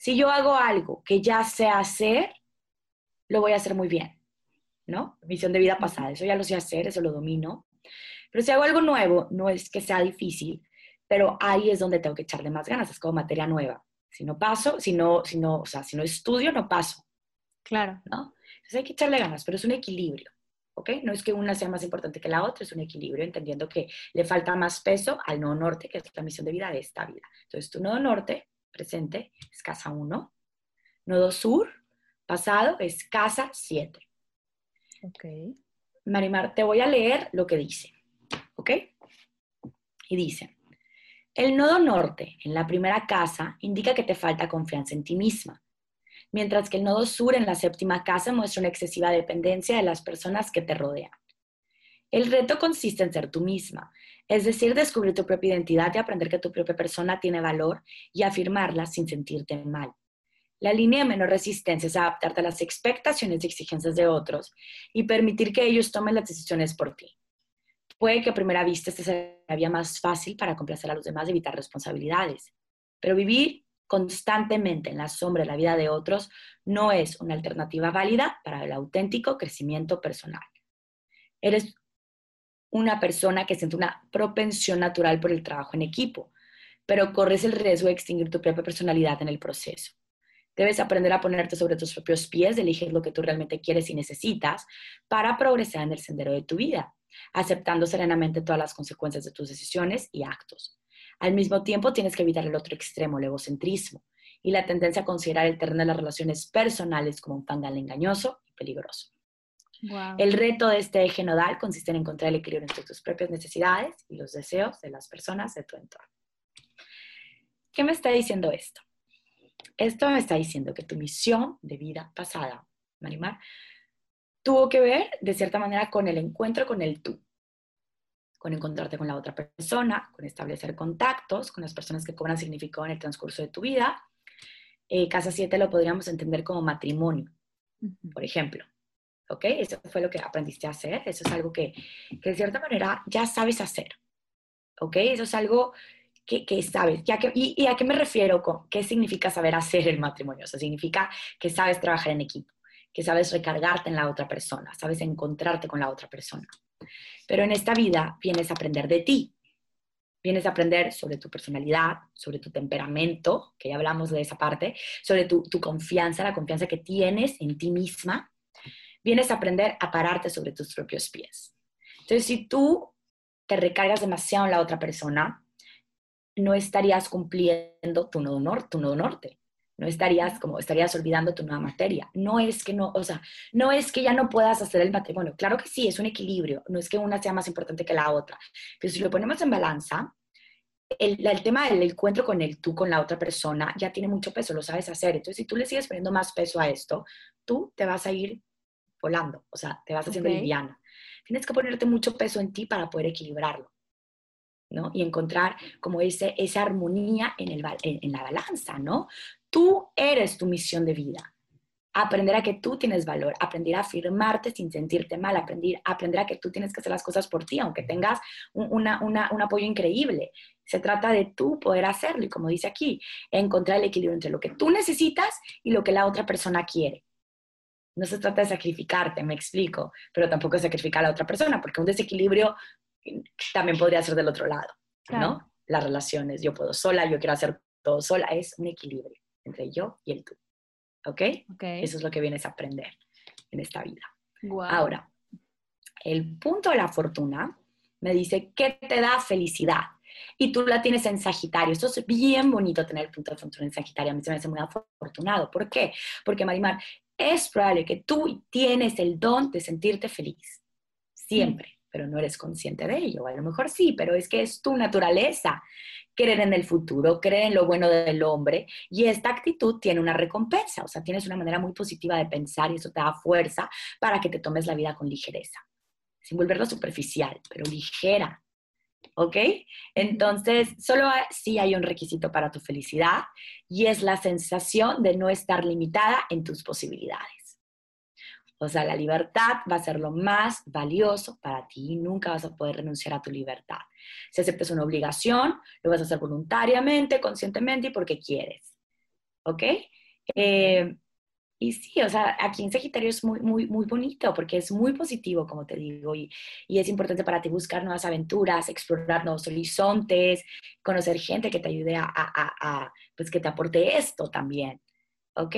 Si yo hago algo que ya sé hacer, lo voy a hacer muy bien, ¿no? Misión de vida pasada, eso ya lo sé hacer, eso lo domino. Pero si hago algo nuevo, no es que sea difícil, pero ahí es donde tengo que echarle más ganas, es como materia nueva. Si no paso, o sea, si no estudio, no paso, Claro. ¿no? Entonces hay que echarle ganas, pero es un equilibrio, ¿ok? No es que una sea más importante que la otra, es un equilibrio, entendiendo que le falta más peso al nodo norte, que es la misión de vida de esta vida. Entonces tu nodo norte, presente, es casa 1, nodo sur, pasado, es casa 7. Ok. Marimar, te voy a leer lo que dice, ¿ok? Y dice, el nodo norte en la primera casa indica que te falta confianza en ti misma, mientras que el nodo sur en la séptima casa muestra una excesiva dependencia de las personas que te rodean. El reto consiste en ser tú misma, es decir, descubrir tu propia identidad y aprender que tu propia persona tiene valor y afirmarla sin sentirte mal. La línea de menor resistencia es adaptarte a las expectaciones y exigencias de otros y permitir que ellos tomen las decisiones por ti. Puede que a primera vista este sea la vía más fácil para complacer a los demás y evitar responsabilidades, pero vivir constantemente en la sombra de la vida de otros no es una alternativa válida para el auténtico crecimiento personal. Eres una persona que siente una propensión natural por el trabajo en equipo, pero corres el riesgo de extinguir tu propia personalidad en el proceso. Debes aprender a ponerte sobre tus propios pies, elegir lo que tú realmente quieres y necesitas para progresar en el sendero de tu vida, aceptando serenamente todas las consecuencias de tus decisiones y actos. Al mismo tiempo, tienes que evitar el otro extremo, el egocentrismo, y la tendencia a considerar el terreno de las relaciones personales como un fangal engañoso y peligroso. Wow. El reto de este eje nodal consiste en encontrar el equilibrio entre tus propias necesidades y los deseos de las personas de tu entorno. ¿Qué me está diciendo esto? Esto me está diciendo que tu misión de vida pasada, Marimar, tuvo que ver, de cierta manera, con el encuentro con el tú, con encontrarte con la otra persona, con establecer contactos con las personas que cobran significado en el transcurso de tu vida. Casa 7 lo podríamos entender como matrimonio, por ejemplo. ¿Ok? Eso fue lo que aprendiste a hacer, eso es algo que de cierta manera ya sabes hacer. ¿Ok? Eso es algo que sabes. ¿Y a qué me refiero con qué significa saber hacer el matrimonio? O sea, significa que sabes trabajar en equipo, que sabes recargarte en la otra persona, sabes encontrarte con la otra persona. Pero en esta vida vienes a aprender de ti. Vienes a aprender sobre tu personalidad, sobre tu temperamento, que ya hablamos de esa parte, sobre tu confianza, la confianza que tienes en ti misma. Vienes a aprender a pararte sobre tus propios pies. Entonces, si tú te recargas demasiado en la otra persona, no estarías cumpliendo tu nodo norte. No estarías olvidando tu nueva materia. No es que no, o sea, no es que ya no puedas hacer el matrimonio. Claro que sí, es un equilibrio. No es que una sea más importante que la otra. Pero si lo ponemos en balanza, el tema del encuentro con el tú, con la otra persona, ya tiene mucho peso, lo sabes hacer. Entonces, si tú le sigues poniendo más peso a esto, tú te vas a ir volando, o sea, te vas haciendo liviana. Tienes que ponerte mucho peso en ti para poder equilibrarlo, ¿no? Y encontrar como esa armonía en la balanza, ¿no? Tú eres tu misión de vida. Aprender a que tú tienes valor, aprender a afirmarte sin sentirte mal, aprender a que tú tienes que hacer las cosas por ti, aunque tengas un apoyo increíble. Se trata de tú poder hacerlo y, como dice aquí, encontrar el equilibrio entre lo que tú necesitas y lo que la otra persona quiere. No se trata de sacrificarte, me explico, pero tampoco de sacrificar a la otra persona, porque un desequilibrio también podría ser del otro lado, claro, ¿no? Las relaciones, yo puedo sola, yo quiero hacer todo sola, es un equilibrio entre yo y el tú, ¿ok? Eso es lo que vienes a aprender en esta vida. Wow. Ahora, el punto de la fortuna me dice que te da felicidad y tú la tienes en Sagitario. Esto es bien bonito tener el punto de fortuna en Sagitario, a mí se me hace muy afortunado. ¿Por qué? Porque, Marimar, es probable que tú tienes el don de sentirte feliz, siempre, pero no eres consciente de ello. A lo mejor sí, pero es que es tu naturaleza creer en el futuro, creer en lo bueno del hombre, y esta actitud tiene una recompensa, o sea, tienes una manera muy positiva de pensar y eso te da fuerza para que te tomes la vida con ligereza, sin volverlo superficial, pero ligera. ¿Ok? Entonces, solo sí hay un requisito para tu felicidad y es la sensación de no estar limitada en tus posibilidades. O sea, la libertad va a ser lo más valioso para ti y nunca vas a poder renunciar a tu libertad. Si aceptas una obligación, lo vas a hacer voluntariamente, conscientemente y porque quieres. ¿ok? Eh, y sí, o sea, aquí en Sagitario es muy, muy, muy bonito porque es muy positivo, como te digo, y es importante para ti buscar nuevas aventuras, explorar nuevos horizontes, conocer gente que te ayude pues que te aporte esto también, ¿ok?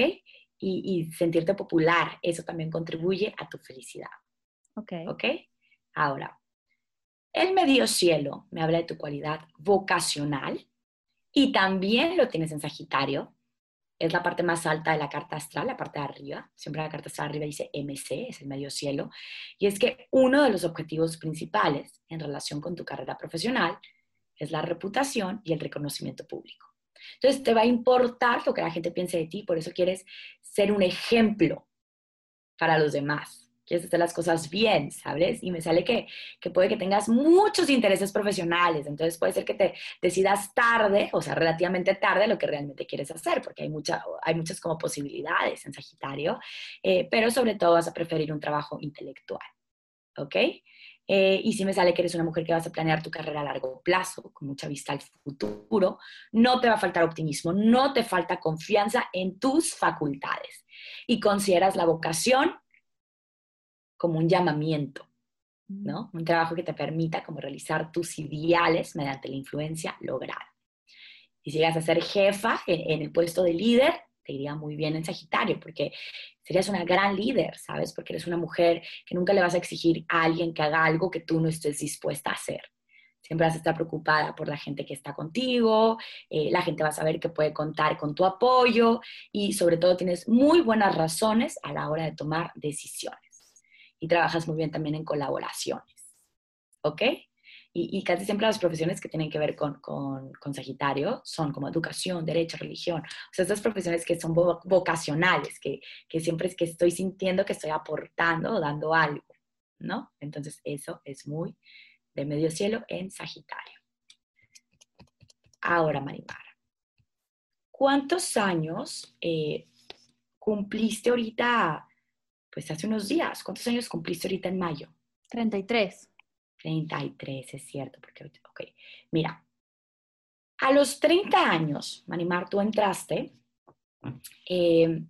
Y sentirte popular, eso también contribuye a tu felicidad, Ok. ¿ok? Ahora, el medio cielo me habla de tu cualidad vocacional y también lo tienes en Sagitario. Es la parte más alta de la carta astral, la parte de arriba. Siempre la carta astral arriba dice MC, es el medio cielo. Y es que uno de los objetivos principales en relación con tu carrera profesional es la reputación y el reconocimiento público. Entonces te va a importar lo que la gente piense de ti, por eso quieres ser un ejemplo para los demás. Quieres hacer las cosas bien, ¿sabes? Y me sale que puede que tengas muchos intereses profesionales, entonces puede ser que te decidas tarde, o sea, relativamente tarde, lo que realmente quieres hacer, porque hay muchas como posibilidades en Sagitario, pero sobre todo vas a preferir un trabajo intelectual, ¿ok? Y si me sale que eres una mujer que vas a planear tu carrera a largo plazo, con mucha vista al futuro, no te va a faltar optimismo, no te falta confianza en tus facultades y consideras la vocación como un llamamiento, ¿no? Un trabajo que te permita como realizar tus ideales mediante la influencia lograda. Y si llegas a ser jefa en el puesto de líder, te iría muy bien en Sagitario, porque serías una gran líder, ¿sabes? Porque eres una mujer que nunca le vas a exigir a alguien que haga algo que tú no estés dispuesta a hacer. Siempre vas a estar preocupada por la gente que está contigo, la gente va a saber que puede contar con tu apoyo y sobre todo tienes muy buenas razones a la hora de tomar decisiones. Y trabajas muy bien también en colaboraciones, ¿ok? Y casi siempre las profesiones que tienen que ver con Sagitario son como educación, derecho, religión. O sea, estas profesiones que son vocacionales, que siempre es que estoy sintiendo que estoy aportando o dando algo, ¿no? Entonces eso es muy de medio cielo en Sagitario. Ahora, Marimar, ¿cuántos años cumpliste ahorita, pues hace unos días? ¿Cuántos años cumpliste ahorita en mayo? 33. 33, es cierto, porque, ok, mira, a los 30 años, Manimar, tú entraste eh,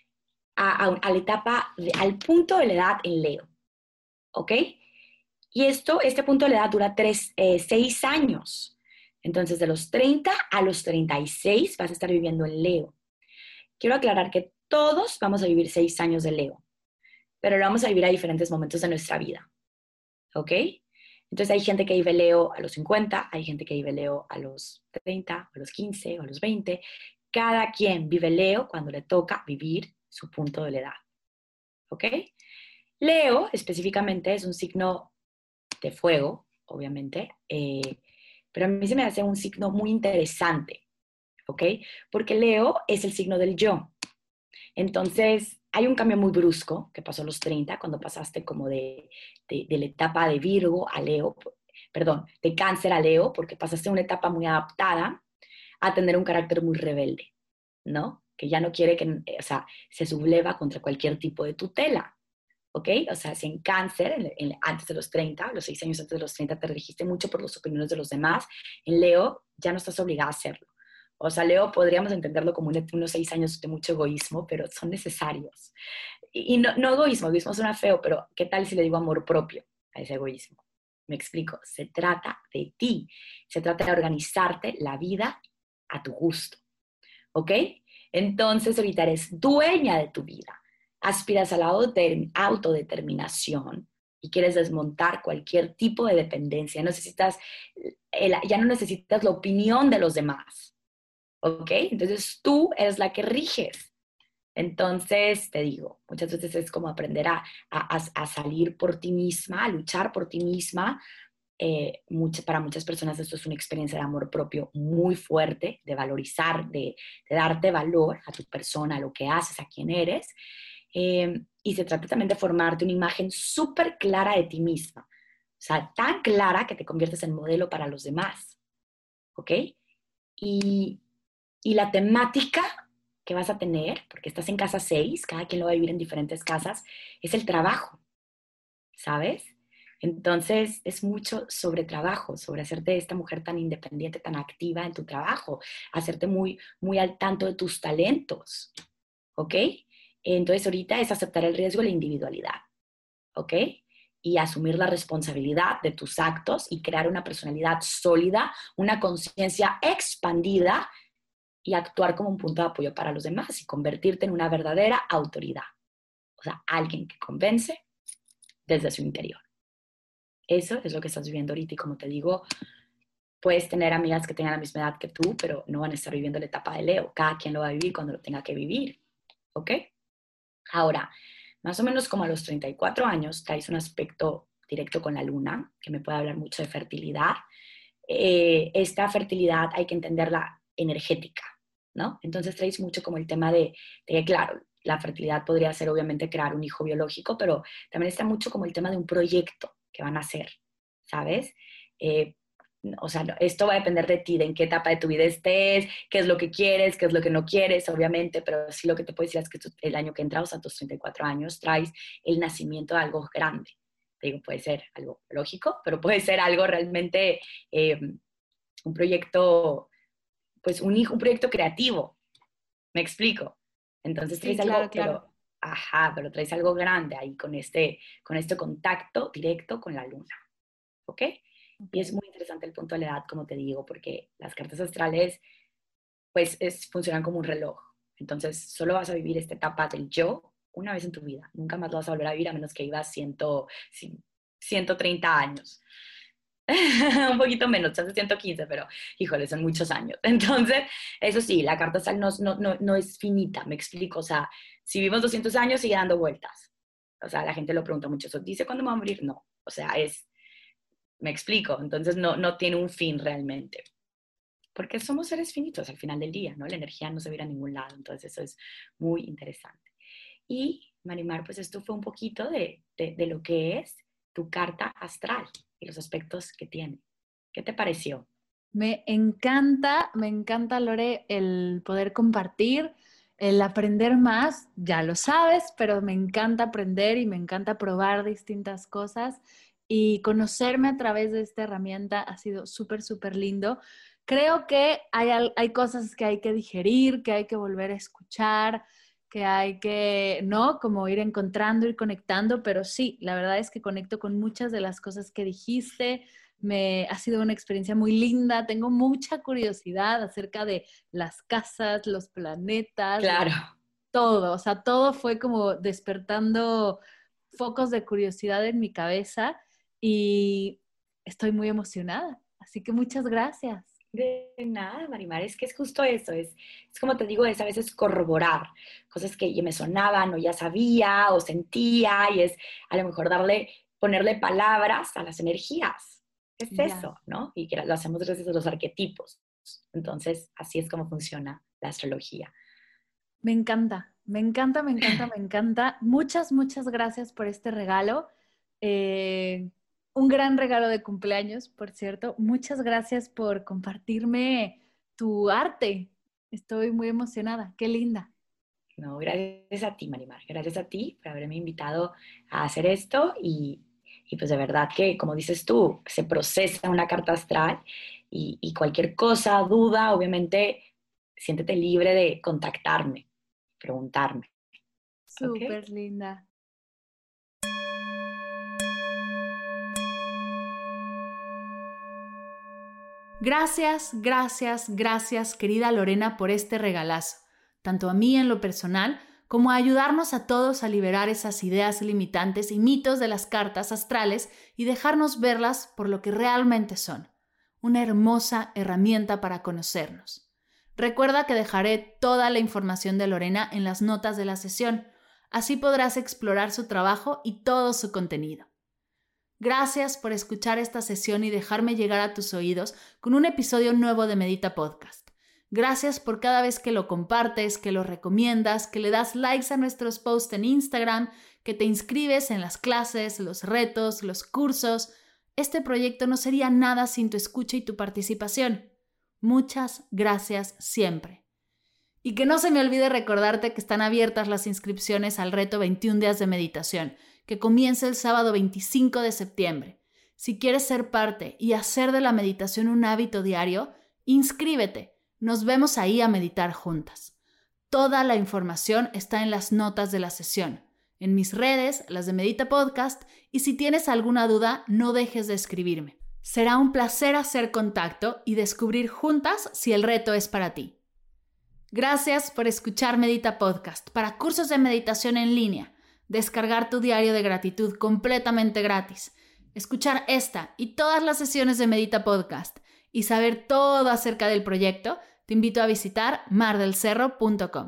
a la etapa, al punto de la edad en Leo, ¿ok? Y este punto de la edad dura 6 años. Entonces, de los 30 a los 36 vas a estar viviendo en Leo. Quiero aclarar que todos vamos a vivir 6 años de Leo, pero lo vamos a vivir a diferentes momentos de nuestra vida, ¿ok? Entonces hay gente que vive Leo a los 50, hay gente que vive Leo a los 30, a los 15 o a los 20. Cada quien vive Leo cuando le toca vivir su punto de la edad. ¿Ok? Leo específicamente es un signo de fuego, obviamente, pero a mí se me hace un signo muy interesante. ¿Ok? Porque Leo es el signo del yo. Entonces, hay un cambio muy brusco que pasó a los 30, cuando pasaste como de la etapa de Virgo a Leo, perdón, de Cáncer a Leo, porque pasaste una etapa muy adaptada a tener un carácter muy rebelde, ¿no? Que ya no quiere que, o sea, se subleva contra cualquier tipo de tutela, ¿ok? O sea, si en Cáncer, antes de los 30, los 6 años antes de los 30, te registe mucho por las opiniones de los demás, en Leo ya no estás obligada a hacerlo. O sea, Leo podríamos entenderlo como unos 6 años de mucho egoísmo, pero son necesarios. Y no egoísmo, egoísmo suena feo, pero ¿qué tal si le digo amor propio a ese egoísmo? Me explico, se trata de ti, se trata de organizarte la vida a tu gusto, ¿ok? Entonces ahorita eres dueña de tu vida, aspiras a la autodeterminación y quieres desmontar cualquier tipo de dependencia, ya no necesitas la opinión de los demás, ¿ok? Entonces tú eres la que riges. Entonces, te digo, muchas veces es como aprender a salir por ti misma, a luchar por ti misma. Para muchas personas esto es una experiencia de amor propio muy fuerte, de valorizar, de darte valor a tu persona, a lo que haces, a quién eres. Y se trata también de formarte una imagen súper clara de ti misma. O sea, tan clara que te conviertes en modelo para los demás. ¿Ok? Y, y la temática que vas a tener, porque estás en casa 6, cada quien lo va a vivir en diferentes casas, es el trabajo, ¿sabes? Entonces, es mucho sobre trabajo, sobre hacerte esta mujer tan independiente, tan activa en tu trabajo, hacerte muy, muy al tanto de tus talentos, ¿ok? Entonces, ahorita es aceptar el riesgo de la individualidad, ¿ok? Y asumir la responsabilidad de tus actos y crear una personalidad sólida, una conciencia expandida y actuar como un punto de apoyo para los demás y convertirte en una verdadera autoridad. O sea, alguien que convence desde su interior. Eso es lo que estás viviendo ahorita y como te digo, puedes tener amigas que tengan la misma edad que tú, pero no van a estar viviendo la etapa de Leo. Cada quien lo va a vivir cuando lo tenga que vivir, ¿ok? Ahora, más o menos como a los 34 años, traes un aspecto directo con la luna, que me puede hablar mucho de fertilidad. Esta fertilidad hay que entenderla energética, ¿no? Entonces traes mucho como el tema de claro, la fertilidad podría ser obviamente crear un hijo biológico, pero también está mucho como el tema de un proyecto que van a hacer, ¿sabes? O sea, esto va a depender de ti, de en qué etapa de tu vida estés, qué es lo que quieres, qué es lo que no quieres, obviamente, pero sí lo que te puedo decir es que el año que entra, o sea, a tus 34 años, traes el nacimiento de algo grande. Te digo, puede ser algo lógico, pero puede ser algo realmente, un proyecto, pues un proyecto creativo, ¿me explico? Entonces traes Sí, algo, claro. pero traes algo grande ahí con este contacto directo con la luna, ¿ok? Y es muy interesante el punto de la edad, como te digo, porque las cartas astrales, pues, funcionan como un reloj. Entonces, solo vas a vivir esta etapa del yo una vez en tu vida. Nunca más lo vas a volver a vivir a menos que vivas 130 años. Un poquito menos, hace 115, pero híjole, son muchos años. Entonces, eso sí, la carta astral no es finita, me explico. O sea, si vivimos 200 años, sigue dando vueltas. O sea, la gente lo pregunta mucho. ¿Dice cuándo me va a morir? No. O sea, me explico. Entonces, no tiene un fin realmente. Porque somos seres finitos al final del día, ¿no? La energía no se va a ir a ningún lado. Entonces, eso es muy interesante. Y, Marimar, pues esto fue un poquito de lo que es tu carta astral y los aspectos que tiene. ¿Qué te pareció? Me encanta, Lore, el poder compartir, el aprender más, ya lo sabes, pero me encanta aprender y me encanta probar distintas cosas y conocerme a través de esta herramienta ha sido súper, súper lindo. Creo que hay cosas que hay que digerir, que hay que volver a escuchar, que hay que, ¿no? Como ir encontrando, ir conectando, pero sí, la verdad es que conecto con muchas de las cosas que dijiste. Ha sido una experiencia muy linda. Tengo mucha curiosidad acerca de las casas, los planetas, Claro. todo. O sea, todo fue como despertando focos de curiosidad en mi cabeza y estoy muy emocionada. Así que muchas gracias. De nada, Marimar, es que es justo eso, es como te digo, es a veces corroborar cosas que ya me sonaban o ya sabía o sentía y es a lo mejor ponerle palabras a las energías. Es Ya. eso, ¿no? Y que lo hacemos gracias a los arquetipos. Entonces, así es como funciona la astrología. Me encanta, me encanta, me encanta, me encanta. Muchas, muchas gracias por este regalo. Eh, un gran regalo de cumpleaños, por cierto. Muchas gracias por compartirme tu arte. Estoy muy emocionada. Qué linda. No, gracias a ti, Marimar, gracias a ti por haberme invitado a hacer esto y pues de verdad que, como dices tú, se procesa una carta astral y cualquier cosa, duda, obviamente, siéntete libre de contactarme, preguntarme, ¿ok? Súper linda. Gracias, gracias, gracias, querida Lorena, por este regalazo, tanto a mí en lo personal como a ayudarnos a todos a liberar esas ideas limitantes y mitos de las cartas astrales y dejarnos verlas por lo que realmente son, una hermosa herramienta para conocernos. Recuerda que dejaré toda la información de Lorena en las notas de la sesión, así podrás explorar su trabajo y todo su contenido. Gracias por escuchar esta sesión y dejarme llegar a tus oídos con un episodio nuevo de Medita Podcast. Gracias por cada vez que lo compartes, que lo recomiendas, que le das likes a nuestros posts en Instagram, que te inscribes en las clases, los retos, los cursos. Este proyecto no sería nada sin tu escucha y tu participación. Muchas gracias siempre. Y que no se me olvide recordarte que están abiertas las inscripciones al reto 21 días de meditación, que comienza el sábado 25 de septiembre. Si quieres ser parte y hacer de la meditación un hábito diario, inscríbete. Nos vemos ahí a meditar juntas. Toda la información está en las notas de la sesión, en mis redes, las de Medita Podcast, y si tienes alguna duda, no dejes de escribirme. Será un placer hacer contacto y descubrir juntas si el reto es para ti. Gracias por escuchar Medita Podcast. Para cursos de meditación en línea, descargar tu diario de gratitud completamente gratis, escuchar esta y todas las sesiones de Medita Podcast y saber todo acerca del proyecto, te invito a visitar mardelcerro.com.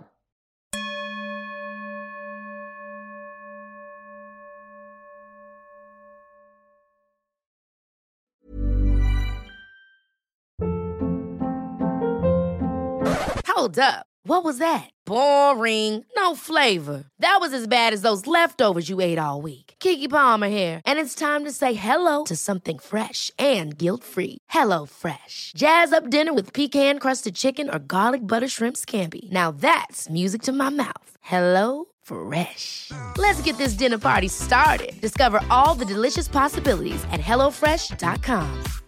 Hold up. What was that? Boring. No flavor. That was as bad as those leftovers you ate all week. Keke Palmer here, and it's time to say hello to something fresh and guilt-free. HelloFresh. Jazz up dinner with pecan-crusted chicken or garlic butter shrimp scampi. Now that's music to my mouth. HelloFresh. Let's get this dinner party started. Discover all the delicious possibilities at HelloFresh.com.